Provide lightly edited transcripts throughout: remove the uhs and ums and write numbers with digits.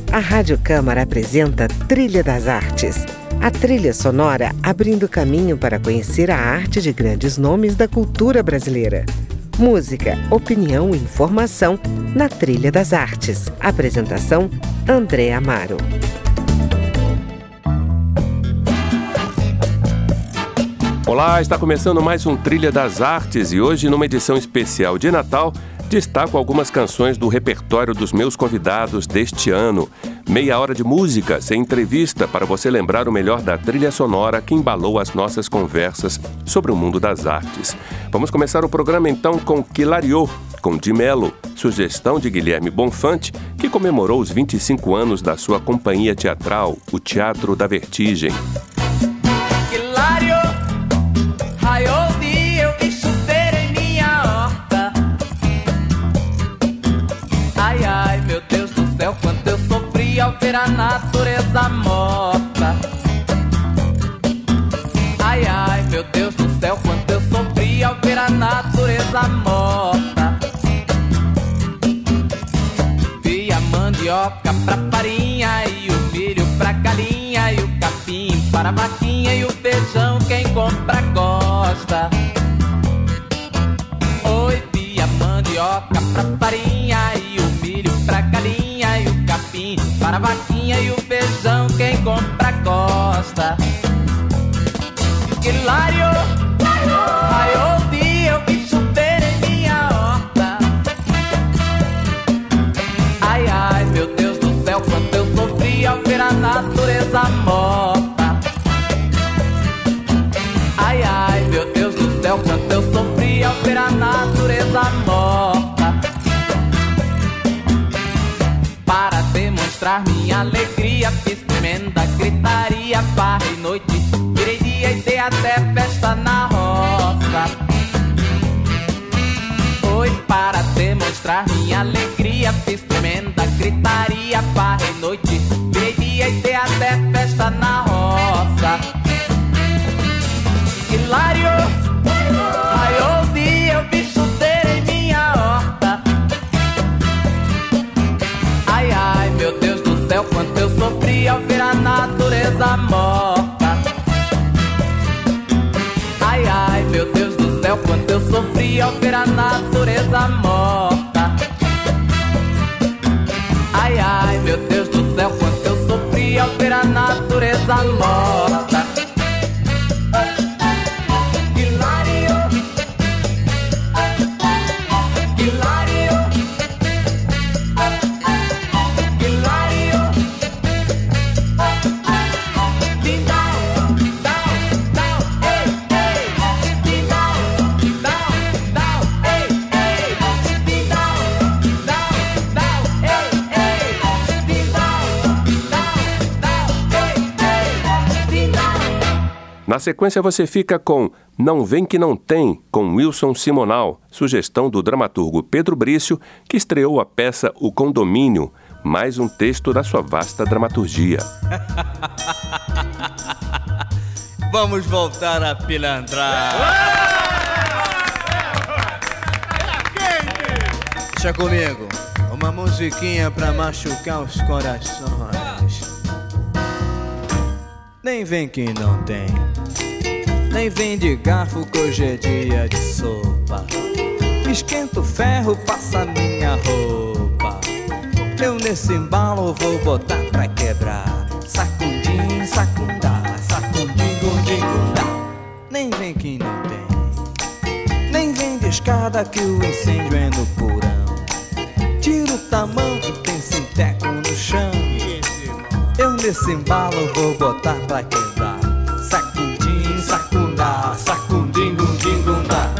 A Rádio Câmara apresenta Trilha das Artes. A trilha sonora abrindo caminho para conhecer a arte de grandes nomes da cultura brasileira. Música, opinião e informação na Trilha das Artes. Apresentação, André Amaro. Olá, está começando mais um Trilha das Artes e hoje, numa edição especial de Natal, destaco algumas canções do repertório dos meus convidados deste ano. Meia hora de música, sem entrevista, para você lembrar o melhor da trilha sonora que embalou as nossas conversas sobre o mundo das artes. Vamos começar o programa então com Quilario, com Di Mello, sugestão de Guilherme Bonfante, que comemorou os 25 anos da sua companhia teatral, o Teatro da Vertigem. Quanto eu sofri ao ver a natureza morta. Ai, ai, meu Deus do céu, quanto eu sofri ao ver a natureza morta. Vi a mandioca pra farinha e o milho pra galinha e o capim para a vaquinha e o feijão quem compra gosta. Oi, vi a mandioca pra farinha e o milho pra galinha e o capim para a vaquinha e o feijão quem compra gosta. Hilário, ai, ouvi eu vi chover em minha horta. Ai, ai, meu Deus do céu, quanto eu sofri ao ver a natureza morta. Ai, ai, meu Deus do céu, quanto eu sofri ao ver a natureza morta. Para demonstrar minha alegria, fiz tremenda gritaria, farra e noite, virei dia e dei até festa na roça. Foi para demonstrar minha alegria, fiz tremenda gritaria, farra e noite, virei dia e dei até festa na roça. Hilário, ai, ouvi eu vi chover em minha horta. Ai, ai, meu Deus do céu, quanto eu sofri ao ver a natureza morta. Ai, ai, meu Deus do céu, quanto eu sofri ao ver a natureza morta. Ai, ai, meu Deus do céu, quanto eu sofri ao ver a natureza morta. Na sequência você fica com Não Vem Que Não Tem, com Wilson Simonal, sugestão do dramaturgo Pedro Brício, que estreou a peça O Condomínio, mais um texto da sua vasta dramaturgia. Vamos voltar a pilantrar. Deixa comigo, uma musiquinha pra machucar os corações. Nem vem que não tem, nem vem de garfo que hoje é dia de sopa. Esquenta o ferro, passa minha roupa. Eu nesse embalo vou botar pra quebrar. Sacundim, sacundá, sacundim, gundim, gundá. Nem vem que não tem, nem vem de escada que o incêndio é no porão. Tira o tamanco, tem sinteco no chão. Eu nesse embalo vou botar pra quebrar. Sacundim, sacundá, sacundim, gundim, gundá.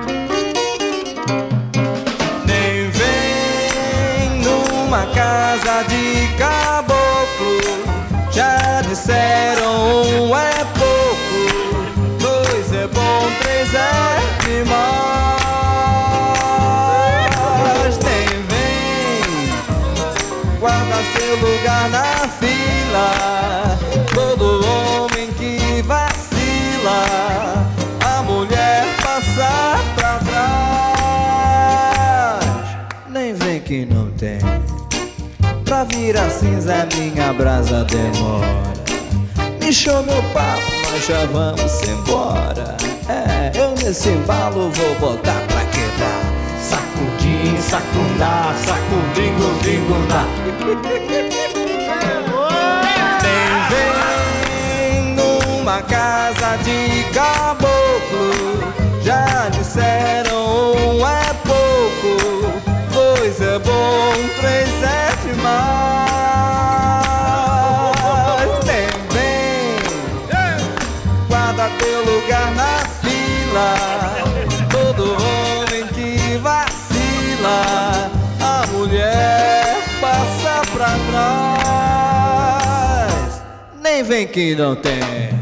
Nem vem numa casa de caboclo. Já disseram um é pouco, dois é bom, três é demais. Nem vem, guarda seu lugar na fila. Todo homem que vacila, a mulher passa pra trás. Nem vem que não tem, pra virar cinza minha brasa demora. Me show meu papo, nós já vamos embora. Eu nesse embalo vou botar pra quebrar. Sacudim, sacundá, sacudingo, dingundá. Vem numa casa de caboclo. Já disseram um é pouco, dois é bom, três é demais. Guarda teu lugar na fila. Todo homem que vacila, a mulher passa pra trás. Nem vem que não tem.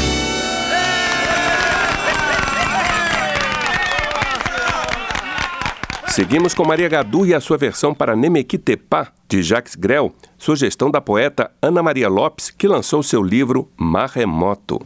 Seguimos com Maria Gadu e a sua versão para Nemequitepá, de Jacques Grel, sugestão da poeta Ana Maria Lopes, que lançou seu livro Marremoto.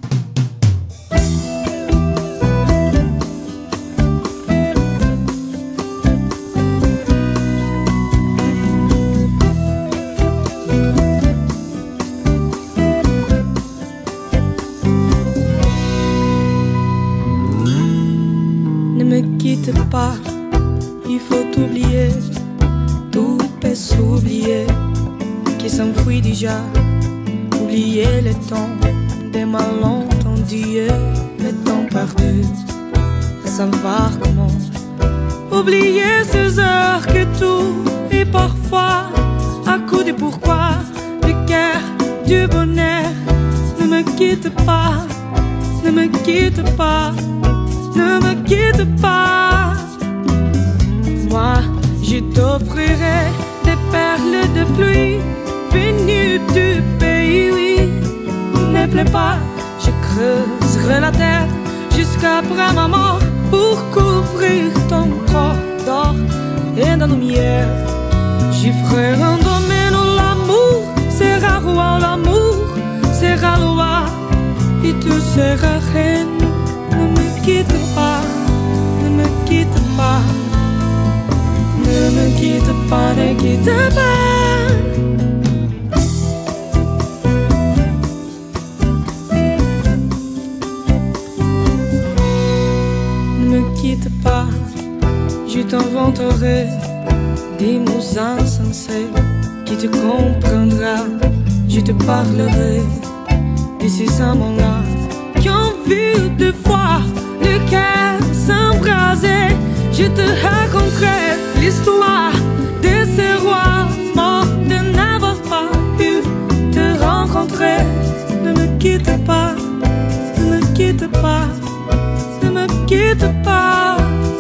Ne me quitte pas, il faut oublier, tout peut s'oublier, qui s'enfuit déjà. Oublier le temps des malentendus et le temps perdu, à savoir comment. Oublier ces heures que tout est parfois à coup de pourquoi, le cœur du bonheur. Ne me quitte pas, ne me quitte pas, ne me quitte pas. Moi, je t'offrirai des perles de pluie venues du pays, oui. Ne plaît pas, je creuserai la terre jusqu'après ma mort pour couvrir ton corps d'or et de lumière. J'y ferai un domaine où l'amour sera roi, l'amour sera loi et tu seras reine. Ne me quitte pas, ne me quitte pas. Ne me quitte pas, ne quitte pas. Ne me quitte pas, je t'inventerai des mots insensés qui te comprendra. Je te parlerai de ces amants-là qui ont vu deux fois le cœur s'embraser. Je te raconterai l'histoire de ces rois morts de n'avoir pas pu te rencontrer. Ne me quitte pas, ne me quitte pas, ne me quitte pas.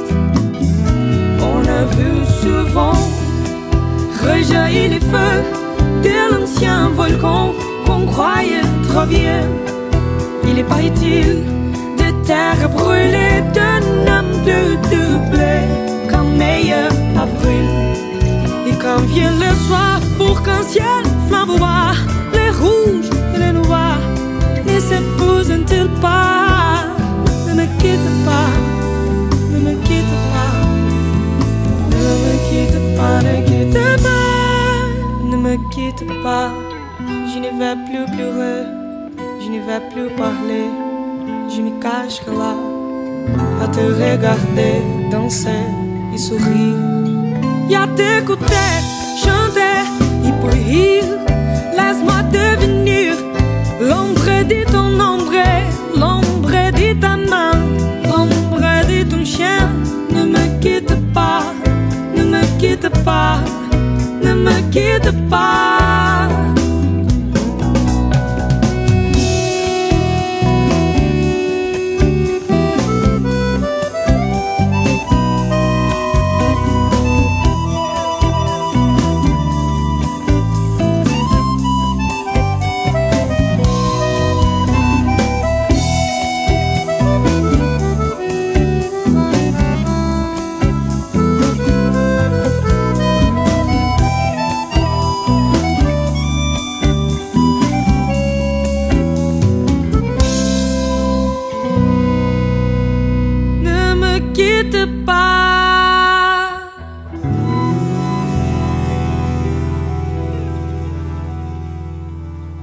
On a vu souvent rejaillir les feux de l'ancien volcan qu'on croyait trop vieux. Il n'est pas utile de terre brûlée, d'un homme de blé qu'un meilleur avril. Et quand vient le soir pour qu'un ciel flamboie, les rouges et les noirs ne s'épousent-ils pas? Ne me quitte pas, ne me quitte pas, ne me quitte pas, ne quitte pas, ne me quitte pas. Je ne vais plus pleurer, je ne vais plus parler. Je me cacherai là à te regarder, danser et sourire. Et à t'écouter, chanter et pour rire. Laisse-moi devenir l'ombre de ton ombre, l'ombre de ta main, l'ombre de ton chien. Ne me quitte pas, ne me quitte pas, ne me quitte pas.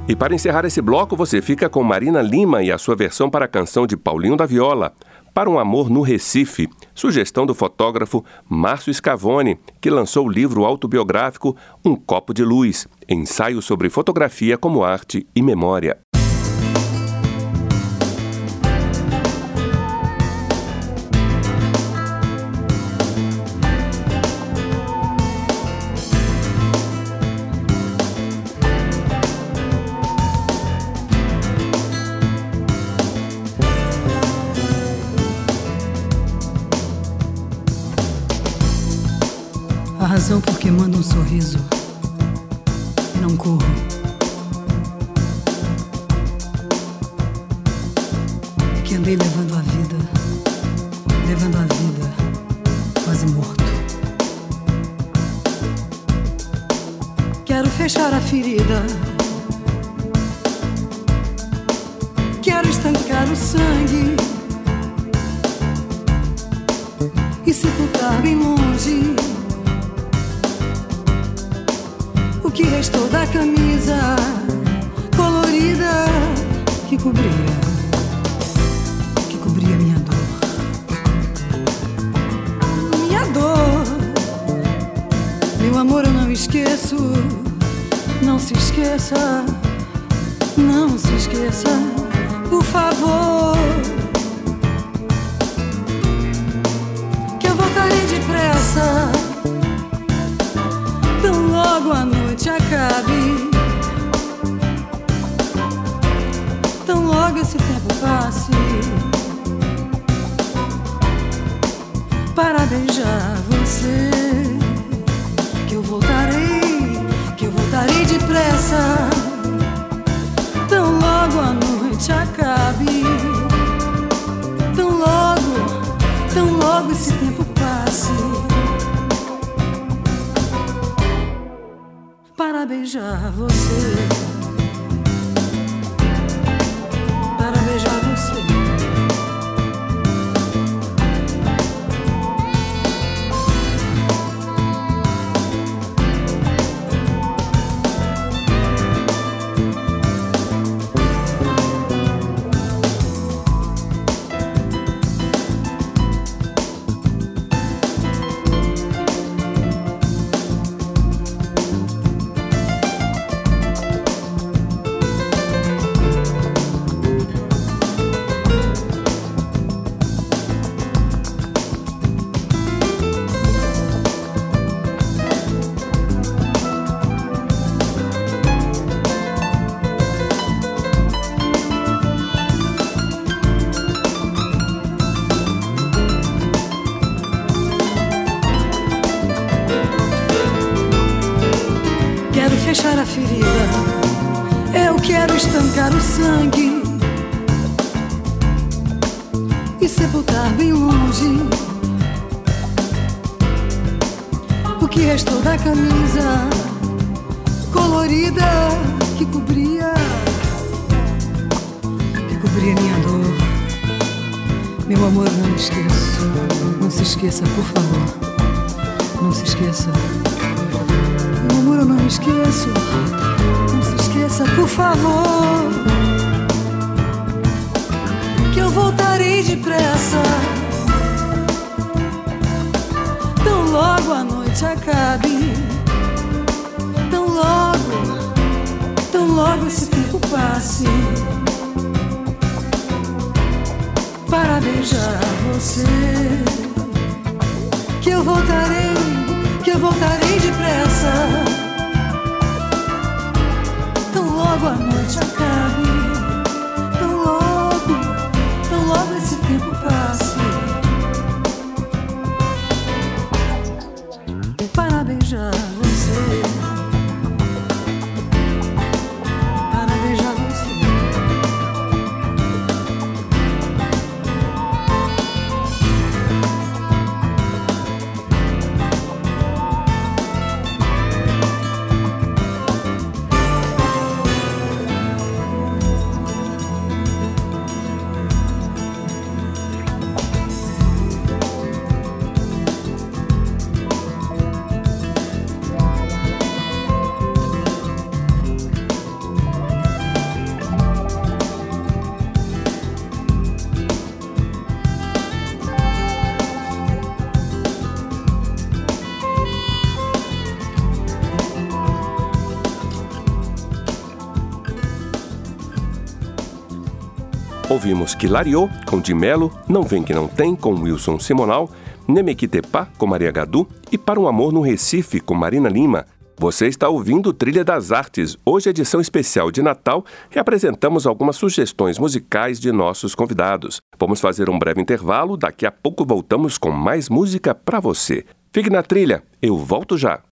E para encerrar esse bloco, você fica com Marina Lima e a sua versão para a canção de Paulinho da Viola, Para um Amor no Recife, sugestão do fotógrafo Márcio Scavone, que lançou o livro autobiográfico Um Copo de Luz, ensaio sobre fotografia como arte e memória. A razão por que mando um sorriso e não corro é que andei levando a vida quase morto. Quero fechar a ferida, quero estancar o sangue e sepultar bem longe o que restou da camisa colorida que cobria minha dor. Minha dor, meu amor, eu não esqueço. Não se esqueça, não se esqueça, por favor, que eu voltarei depressa. Tão logo a noite acabe, tão logo esse tempo passe, para beijar você, que eu voltarei depressa. Tão logo a noite acabe, tão logo esse tempo passe, para beijar você, para beijar você. Fechar a ferida, eu quero estancar o sangue e sepultar bem longe o que restou da camisa colorida que cobria minha dor. Meu amor, não me esqueço, não se esqueça, por favor, não se esqueça. Meu amor, eu não me esqueço, não se esqueça, por favor, que eu voltarei depressa. Tão logo a noite acabe, tão logo esse tempo passe, para beijar você, que eu voltarei depressa. Tão logo a noite acabe, tão logo esse tempo passe, para beijar você, para beijar você. ouvimos Quilariô, com Di Mello, Não Vem Que Não Tem, com Wilson Simonal, Nemequitepá, com Maria Gadu e Para um Amor no Recife, com Marina Lima. Você está ouvindo Trilha das Artes. Hoje, edição especial de Natal, reapresentamos algumas sugestões musicais de nossos convidados. Vamos fazer um breve intervalo, daqui a pouco voltamos com mais música para você. Fique na trilha, eu volto já.